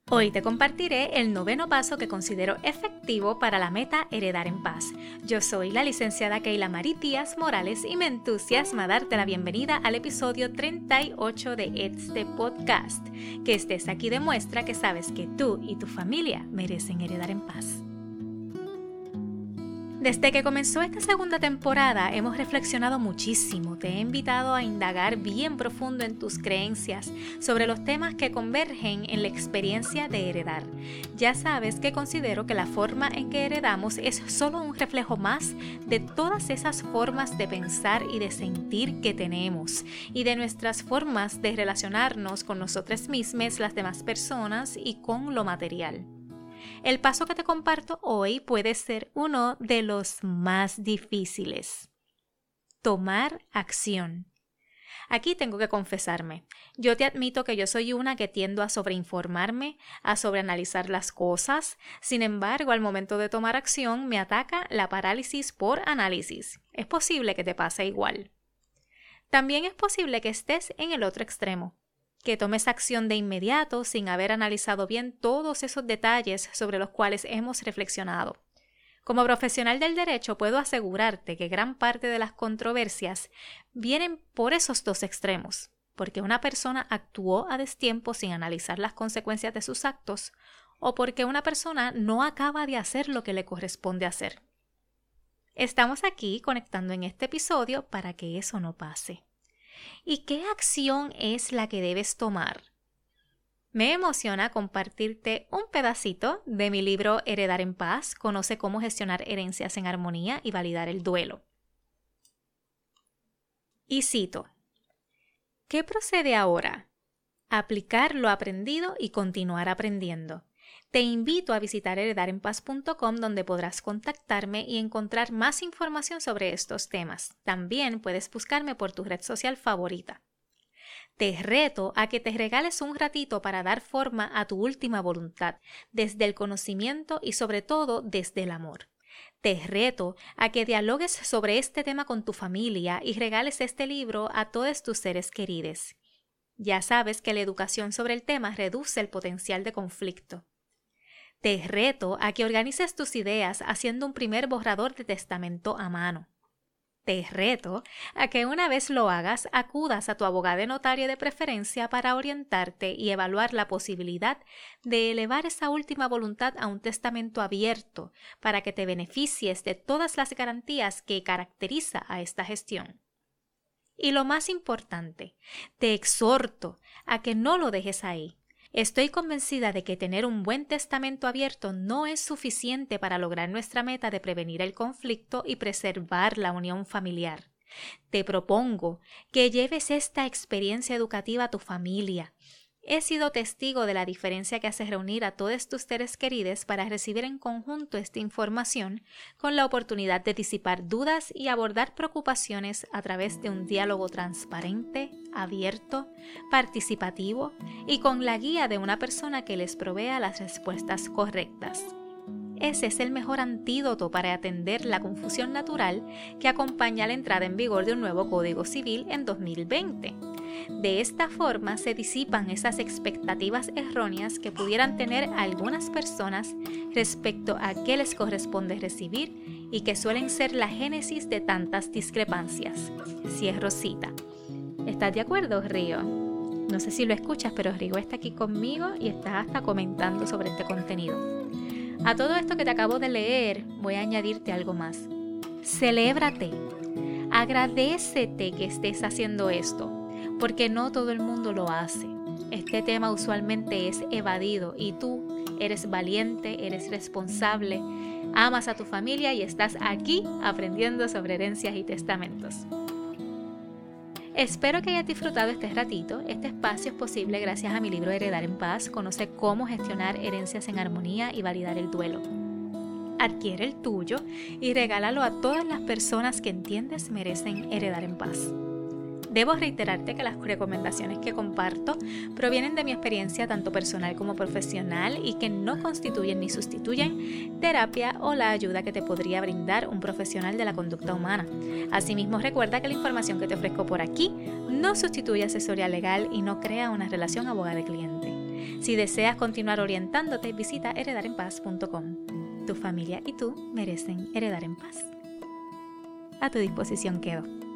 Hoy te compartiré el 9º paso que considero efectivo para la meta Heredar en Paz. Yo soy la licenciada Keila Marie Díaz Morales y me entusiasma darte la bienvenida al episodio 38 de este podcast. Que estés aquí demuestra que sabes que tú y tu familia merecen heredar en paz. Desde que comenzó esta segunda temporada hemos reflexionado muchísimo. Te he invitado a indagar bien profundo en tus creencias sobre los temas que convergen en la experiencia de heredar. Ya sabes que considero que la forma en que heredamos es solo un reflejo más de todas esas formas de pensar y de sentir que tenemos y de nuestras formas de relacionarnos con nosotras mismas, las demás personas y con lo material. El paso que te comparto hoy puede ser uno de los más difíciles. Tomar acción. Aquí tengo que confesarme. Yo te admito que yo soy una que tiendo a sobreinformarme, a sobreanalizar las cosas. Sin embargo, al momento de tomar acción me ataca la parálisis por análisis. Es posible que te pase igual. También es posible que estés en el otro extremo, que tomes acción de inmediato sin haber analizado bien todos esos detalles sobre los cuales hemos reflexionado. Como profesional del derecho puedo asegurarte que gran parte de las controversias vienen por esos dos extremos, porque una persona actuó a destiempo sin analizar las consecuencias de sus actos o porque una persona no acaba de hacer lo que le corresponde hacer. Estamos aquí conectando en este episodio para que eso no pase. ¿Y qué acción es la que debes tomar? Me emociona compartirte un pedacito de mi libro Heredar en Paz, conoce cómo gestionar herencias en armonía y validar el duelo. Y cito: ¿qué procede ahora? Aplicar lo aprendido y continuar aprendiendo. Te invito a visitar heredarenpaz.com donde podrás contactarme y encontrar más información sobre estos temas. También puedes buscarme por tu red social favorita. Te reto a que te regales un ratito para dar forma a tu última voluntad, desde el conocimiento y sobre todo desde el amor. Te reto a que dialogues sobre este tema con tu familia y regales este libro a todos tus seres queridos. Ya sabes que la educación sobre el tema reduce el potencial de conflicto. Te reto a que organices tus ideas haciendo un primer borrador de testamento a mano. Te reto a que una vez lo hagas, acudas a tu abogado notario de preferencia para orientarte y evaluar la posibilidad de elevar esa última voluntad a un testamento abierto para que te beneficies de todas las garantías que caracteriza a esta gestión. Y lo más importante, te exhorto a que no lo dejes ahí. Estoy convencida de que tener un buen testamento abierto no es suficiente para lograr nuestra meta de prevenir el conflicto y preservar la unión familiar. Te propongo que lleves esta experiencia educativa a tu familia. He sido testigo de la diferencia que hace reunir a todos tus seres queridos para recibir en conjunto esta información con la oportunidad de disipar dudas y abordar preocupaciones a través de un diálogo transparente, abierto, participativo y con la guía de una persona que les provea las respuestas correctas. Ese es el mejor antídoto para atender la confusión natural que acompaña la entrada en vigor de un nuevo Código Civil en 2020. De esta forma se disipan esas expectativas erróneas que pudieran tener algunas personas respecto a qué les corresponde recibir y que suelen ser la génesis de tantas discrepancias. Cierro cita. ¿Estás de acuerdo, Río? No sé si lo escuchas, pero Río está aquí conmigo y está hasta comentando sobre este contenido. A todo esto que te acabo de leer, voy a añadirte algo más. Celébrate. Agradécete que estés haciendo esto, porque no todo el mundo lo hace. Este tema usualmente es evadido y tú eres valiente, eres responsable, amas a tu familia y estás aquí aprendiendo sobre herencias y testamentos. Espero que hayas disfrutado este ratito. Este espacio es posible gracias a mi libro Heredar en Paz. Conoce cómo gestionar herencias en armonía y validar el duelo. Adquiere el tuyo y regálalo a todas las personas que entiendes merecen heredar en paz. Debo reiterarte que las recomendaciones que comparto provienen de mi experiencia tanto personal como profesional y que no constituyen ni sustituyen terapia o la ayuda que te podría brindar un profesional de la conducta humana. Asimismo, recuerda que la información que te ofrezco por aquí no sustituye asesoría legal y no crea una relación abogado-cliente. Si deseas continuar orientándote, visita heredarenpaz.com. Tu familia y tú merecen heredar en paz. A tu disposición quedo.